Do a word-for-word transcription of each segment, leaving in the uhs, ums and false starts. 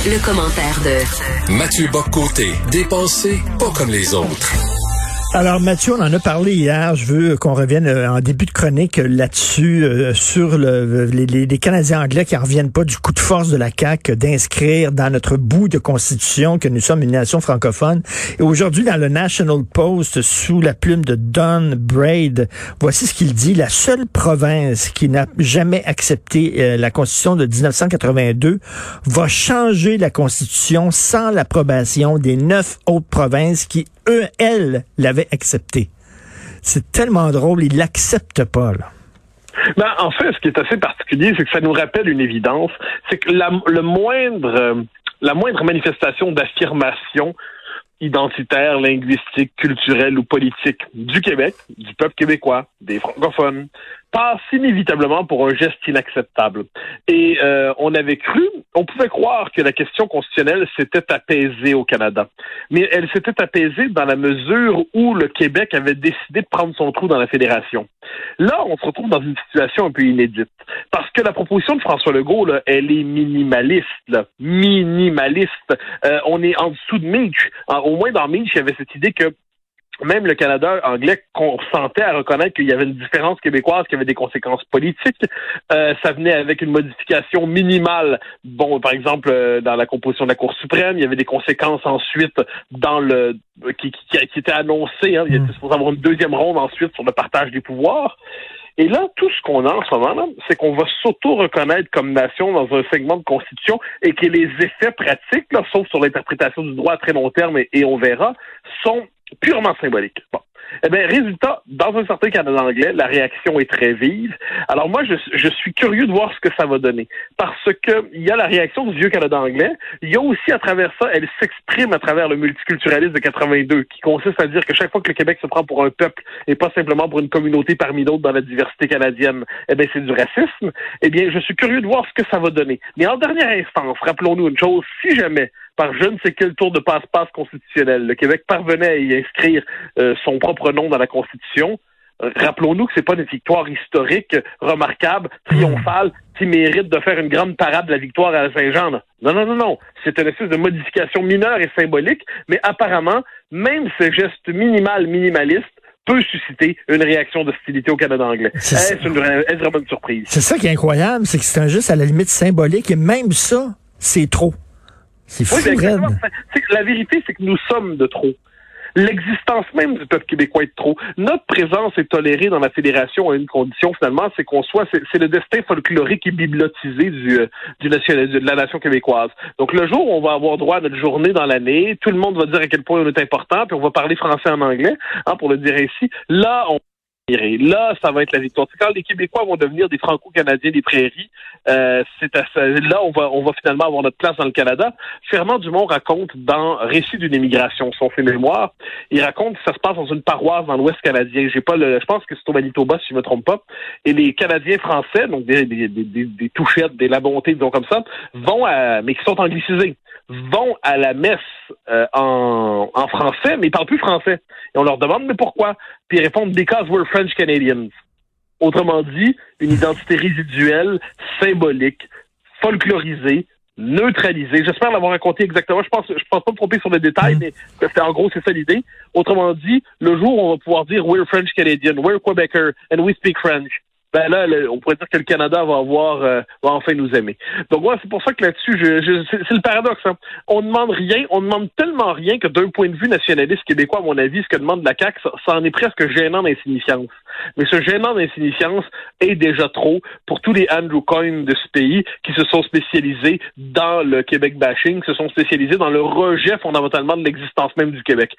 Le commentaire de Mathieu Bock-Côté, dépensé pas comme les autres. Alors Mathieu, on en a parlé hier. Je veux qu'on revienne en début de chronique là-dessus, euh, sur le, les, les Canadiens anglais qui en reviennent pas du coup de force de la C A Q d'inscrire dans notre bout de constitution que nous sommes une nation francophone. Et aujourd'hui, dans le National Post, sous la plume de Don Braid, voici ce qu'il dit. La seule province qui n'a jamais accepté euh, la constitution de dix-neuf cent quatre-vingt-deux va changer la constitution sans l'approbation des neuf autres provinces qui, eux, elles, l'avaient accepté. C'est tellement drôle, ils l'acceptent pas, là. Ben, en fait, ce qui est assez particulier, c'est que ça nous rappelle une évidence, c'est que la, le moindre, euh, la moindre manifestation d'affirmation identitaire, linguistique, culturelle ou politique du Québec, du peuple québécois, des francophones, passe inévitablement pour un geste inacceptable. Et euh, on avait cru, on pouvait croire que la question constitutionnelle s'était apaisée au Canada. Mais elle s'était apaisée dans la mesure où le Québec avait décidé de prendre son trou dans la fédération. Là, on se retrouve dans une situation un peu inédite. Parce que la proposition de François Legault, là, elle est minimaliste. Là. Minimaliste. Euh, on est en dessous de Mitch. Au moins dans Mitch, il y avait cette idée que même le Canada anglais consentait à reconnaître qu'il y avait une différence québécoise qui avait des conséquences politiques. Euh, ça venait avec une modification minimale. Bon, par exemple, euh, dans la composition de la Cour suprême, il y avait des conséquences ensuite dans le qui, qui, qui étaient annoncées. Hein. Il était supposé avoir une deuxième ronde ensuite sur le partage des pouvoirs. Et là, tout ce qu'on a en ce moment, là, c'est qu'on va s'auto-reconnaître comme nation dans un segment de constitution et que les effets pratiques, là, sauf sur l'interprétation du droit à très long terme, et, et on verra, sont purement symboliques. Bon. Eh bien, résultat, dans un certain Canada anglais, la réaction est très vive. Alors moi, je, je suis curieux de voir ce que ça va donner. Parce que il y a la réaction du vieux Canada anglais. Il y a aussi, à travers ça, elle s'exprime à travers le multiculturalisme de quatre-vingt-deux, qui consiste à dire que chaque fois que le Québec se prend pour un peuple et pas simplement pour une communauté parmi d'autres dans la diversité canadienne, eh bien, c'est du racisme. Eh bien, je suis curieux de voir ce que ça va donner. Mais en dernière instance, rappelons-nous une chose, si jamais par je ne sais quel tour de passe-passe constitutionnel, le Québec parvenait à y inscrire euh, son propre nom dans la Constitution, euh, rappelons-nous que c'est pas une victoire historique, remarquable, triomphale, qui mérite de faire une grande parade de la victoire à Saint-Jean. Là. Non, non, non, non. C'est une espèce de modification mineure et symbolique, mais apparemment, même ce geste minimal, minimaliste, peut susciter une réaction d'hostilité au Canada anglais. C'est Est-ce, une, est-ce vraiment une surprise? C'est ça qui est incroyable, c'est que c'est un geste à la limite symbolique, et même ça, c'est trop. C'est fou, oui, exactement. C'est que la vérité, c'est que nous sommes de trop. L'existence même du peuple québécois est de trop. Notre présence est tolérée dans la fédération à une condition, finalement, c'est qu'on soit, c'est, c'est le destin folklorique et bibliotisé du, euh, du national, de la nation québécoise. Donc, le jour où on va avoir droit à notre journée dans l'année, tout le monde va dire à quel point on est important, puis on va parler français en anglais, hein, pour le dire ainsi. Là, on Là, ça va être la victoire. C'est quand les Québécois vont devenir des Franco-Canadiens des prairies, euh, c'est à, là on va on va finalement avoir notre place dans le Canada. Fernand Dumont raconte dans Récit d'une émigration, son fait mémoire, il raconte que ça se passe dans une paroisse dans l'Ouest canadien. J'ai pas le, je pense que c'est au Manitoba si je me trompe pas. Et les Canadiens français, donc des des des, des, des touchettes, des labontés, disons comme ça, vont à, mais qui sont anglicisés, vont à la messe euh, en en français, mais ils parlent plus français. Et on leur demande mais pourquoi? Puis ils répondent because we're French Canadians. Autrement dit, une identité résiduelle, symbolique, folklorisée, neutralisée. J'espère l'avoir raconté exactement. Je pense, je pense pas me tromper sur les détails, mais en gros, c'est ça l'idée. Autrement dit, le jour où on va pouvoir dire we're French Canadian, we're Quebecer, and we speak French. Ben là, le, on pourrait dire que le Canada va avoir, euh, va enfin nous aimer. Donc moi, ouais, c'est pour ça que là-dessus, je, je, c'est, c'est le paradoxe. Hein. On demande rien, on demande tellement rien que d'un point de vue nationaliste québécois, à mon avis, ce que demande la C A Q, ça, ça en est presque gênant d'insignifiance. Mais ce gênant d'insignifiance est déjà trop pour tous les Andrew Coyne de ce pays qui se sont spécialisés dans le Québec bashing, qui se sont spécialisés dans le rejet fondamentalement de l'existence même du Québec.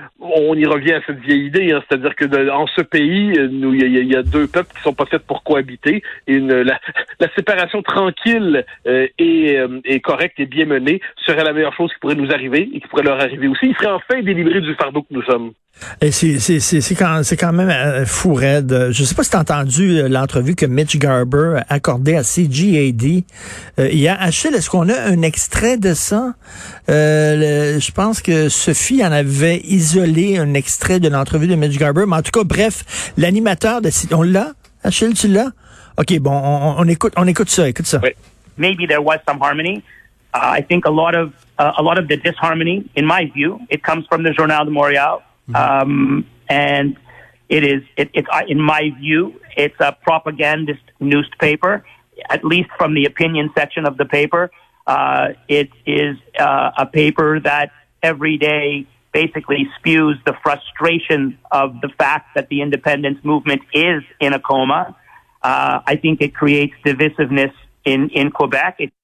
On y revient à cette vieille idée, hein, c'est-à-dire que de, en ce pays, nous, il y, y a deux peuples qui sont pas faits pour cohabiter. Et une, la, la séparation tranquille euh, et, euh, et correcte et bien menée serait la meilleure chose qui pourrait nous arriver et qui pourrait leur arriver aussi. Ils seraient enfin délivrés du fardeau que nous sommes. Et c'est, c'est, c'est, c'est, quand, c'est quand même euh, fou raide. Je sais pas si tu as entendu euh, l'entrevue que Mitch Garber a accordée à C G A D euh, hier. Achille, est-ce qu'on a un extrait de ça? Euh, le, je pense que Sophie en avait isolé un extrait de l'entrevue de Mitch Garber. Mais en tout cas, bref, l'animateur de... On l'a? Achille, tu l'as? OK, bon, on, on écoute on écoute ça, écoute ça. Maybe there was some harmony. Uh, I think a lot of uh, a lot of the disharmony, in my view, it comes from the Journal de Montréal, mm-hmm. um, and it is it, it's in my view, it's a propagandist newspaper, at least from the opinion section of the paper. Uh, it is uh, a paper that every day basically spews the frustration of the fact that the independence movement is in a coma. Uh, I think it creates divisiveness in, in Quebec. It-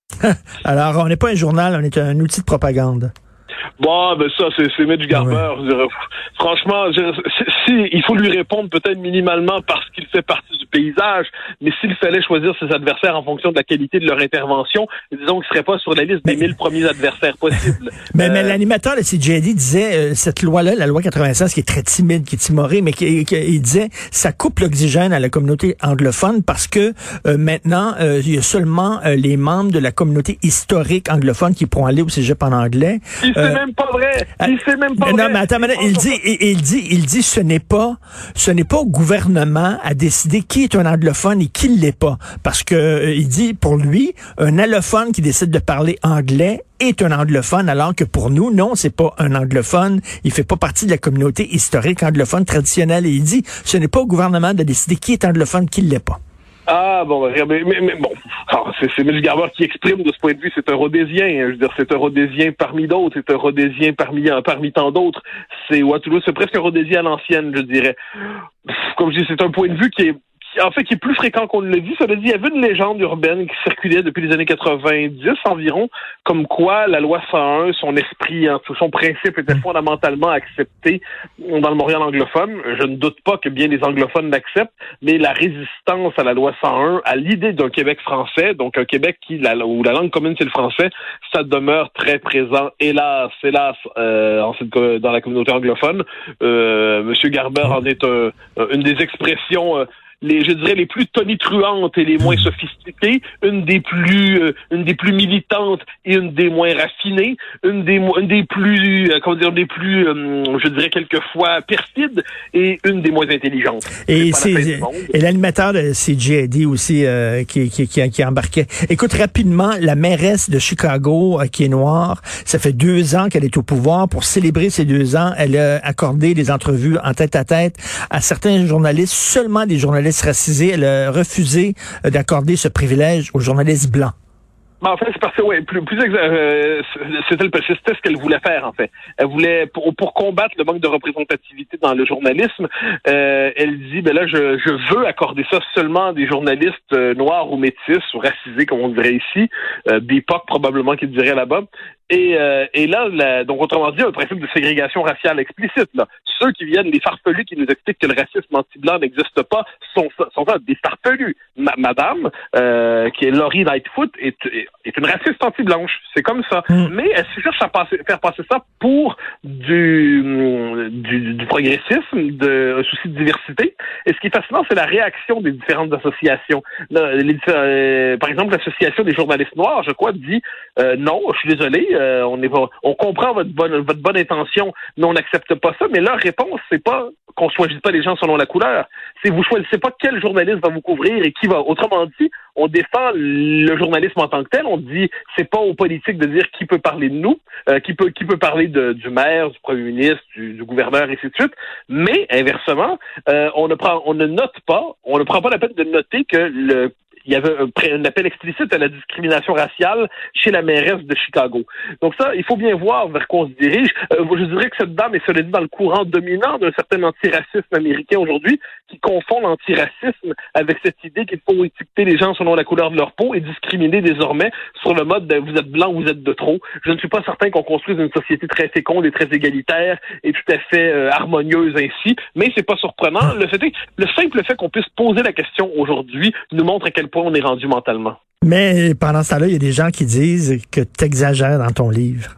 Alors, on n'est pas un journal, on est un outil de propagande. Bon, ben ça, c'est, c'est Mitch Garber. Ouais. Je, franchement, je, si, il faut lui répondre peut-être minimalement parce qu'il fait partie du paysage, mais s'il fallait choisir ses adversaires en fonction de la qualité de leur intervention, disons qu'il ne serait pas sur la liste mais, des mille premiers adversaires possibles. mais, euh, mais l'animateur de C J D disait, euh, cette loi-là, la loi quatre-vingt-seize, qui est très timide, qui est timorée, mais qui, qui, il disait, ça coupe l'oxygène à la communauté anglophone parce que euh, maintenant, euh, il y a seulement euh, les membres de la communauté historique anglophone qui pourront aller au cégep en anglais. Il euh, même pas vrai. Il sait même pas non, vrai. Non, mais attends, mais il dit, il, il dit, il dit, ce n'est pas, ce n'est pas au gouvernement à décider qui est un anglophone et qui ne l'est pas. Parce que, euh, il dit, pour lui, un allophone qui décide de parler anglais est un anglophone, alors que pour nous, non, c'est pas un anglophone. Il fait pas partie de la communauté historique anglophone traditionnelle. Et il dit, ce n'est pas au gouvernement de décider qui est anglophone, qui ne l'est pas. Ah, bon, mais, mais, mais bon, c'est, c'est Mitch Garber qui exprime de ce point de vue, c'est un Rhodésien, hein, je veux dire, c'est un Rhodésien parmi d'autres, c'est un Rhodésien parmi, parmi tant d'autres, c'est, ouais, c'est presque un Rhodésien à l'ancienne, je dirais. Comme je dis, c'est un point de vue qui est, en fait, qui est plus fréquent qu'on ne l'a dit. Ça veut dire, il y avait une légende urbaine qui circulait depuis les années quatre-vingt-dix environ, comme quoi la loi cent un, son esprit, hein, son principe était fondamentalement accepté dans le Montréal anglophone. Je ne doute pas que bien les anglophones l'acceptent, mais la résistance à la loi cent un, à l'idée d'un Québec français, donc un Québec qui, la, où la langue commune c'est le français, ça demeure très présent, hélas, hélas, euh, en cette, dans la communauté anglophone. Euh, Monsieur Garber en est un, une des expressions euh, les, je dirais, les plus tonitruantes et les moins sophistiquées, une des plus, euh, une des plus militantes et une des moins raffinées, une des, une des plus, euh, comment dire, des plus, euh, je dirais quelquefois perfides et une des moins intelligentes. Et c'est, c'est et l'animateur de C J D aussi euh, qui, qui, qui, qui embarquait. Écoute rapidement, la mairesse de Chicago euh, qui est noire, ça fait deux ans qu'elle est au pouvoir. Pour célébrer ces deux ans, elle a accordé des entrevues en tête à tête à certains journalistes, seulement des journalistes racisés. Elle a refusé d'accorder ce privilège aux journalistes blancs. Ben en fait, c'est parce que, ouais, plus, plus euh, c'était, le, c'était ce qu'elle voulait faire, en fait. Elle voulait, pour, pour combattre le manque de représentativité dans le journalisme, euh, elle dit, ben là, je, je veux accorder ça seulement à des journalistes euh, noirs ou métis, ou racisés, comme on dirait ici, euh, B I P O C probablement qu'ils diraient là-bas. Et, euh, et là, la, donc autrement dit, un principe de ségrégation raciale explicite, là. Ceux qui viennent, les farfelus qui nous expliquent que le racisme anti-blanc n'existe pas, sont, sont ça, des farfelus. Ma, madame, euh, qui est Laurie Lightfoot, est, est, est une raciste anti-blanche. C'est comme ça. Mm. Mais elle se cherche à passer, faire passer ça pour du, du, du progressisme, de, un souci de diversité. Et ce qui est fascinant, c'est la réaction des différentes associations. Là, les, euh, par exemple, l'association des journalistes noirs, je crois, dit euh, non, je suis désolé, euh, on, est, on comprend votre bonne, votre bonne intention, mais on n'accepte pas ça. Mais leur réponse, c'est pas qu'on choisit pas les gens selon la couleur. C'est vous choisissez pas quel journaliste va vous couvrir et qui va. Autrement dit, on défend le journalisme en tant que tel. On dit c'est pas aux politiques de dire qui peut parler de nous, euh, qui peut qui peut parler de, du maire, du premier ministre, du, du gouverneur, et ainsi de suite. Mais inversement, euh, on ne prend, on ne note pas, on ne prend pas la peine de noter que le il y avait un, un appel explicite à la discrimination raciale chez la mairesse de Chicago. Donc ça, il faut bien voir vers quoi on se dirige. Euh, je dirais que cette dame est cela dit dans le courant dominant d'un certain antiracisme américain aujourd'hui qui confond l'antiracisme avec cette idée qu'il faut étiqueter les gens selon la couleur de leur peau et discriminer désormais sur le mode de vous êtes blanc ou vous êtes de trop. Je ne suis pas certain qu'on construise une société très féconde et très égalitaire et tout à fait euh, harmonieuse ainsi, mais c'est pas surprenant. Le fait est, le simple fait qu'on puisse poser la question aujourd'hui nous montre à quel point on est rendu mentalement. Mais pendant ce temps-là, il y a des gens qui disent que tu exagères dans ton livre.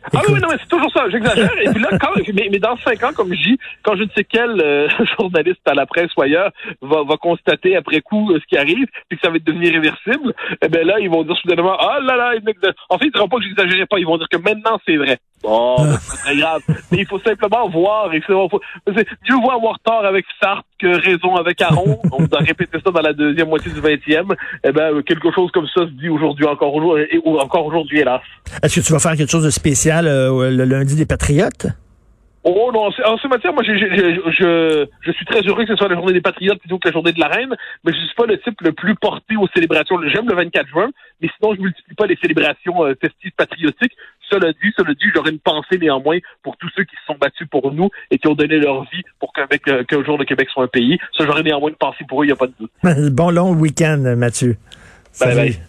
Ah oui, non, mais c'est toujours ça, j'exagère. Et puis là, quand, mais, mais dans cinq ans, comme je dis, quand je ne sais quel euh, journaliste à la presse ou ailleurs va, va constater après coup euh, ce qui arrive, puis que ça va devenir irréversible, eh bien là, ils vont dire soudainement, ah là là, en fait, ils ne diront pas que j'exagérais pas, ils vont dire que maintenant c'est vrai. Bon, ben, c'est pas très grave. Mais il faut simplement voir, et c'est, faut, c'est, Dieu voit avoir tort avec Sartre que raison avec Aron. On doit répéter ça dans la deuxième moitié du vingtième. Eh ben, quelque chose comme ça se dit aujourd'hui, encore aujourd'hui, et encore aujourd'hui, hélas. Est-ce que tu vas faire quelque chose de spécial euh, le lundi des Patriotes? Oh non, en ce matière, moi, je, je, je, je suis très heureux que ce soit la journée des Patriotes plutôt que la journée de la Reine, mais je suis pas le type le plus porté aux célébrations. J'aime le vingt-quatre juin, mais sinon, je multiplie pas les célébrations euh, festives patriotiques. Cela dit, cela dit, j'aurais une pensée néanmoins pour tous ceux qui se sont battus pour nous et qui ont donné leur vie pour qu'un, euh, qu'un jour le Québec soit un pays. Ça, j'aurais néanmoins une pensée pour eux, il n'y a pas de doute. Bon long week-end, Mathieu. Bye bye.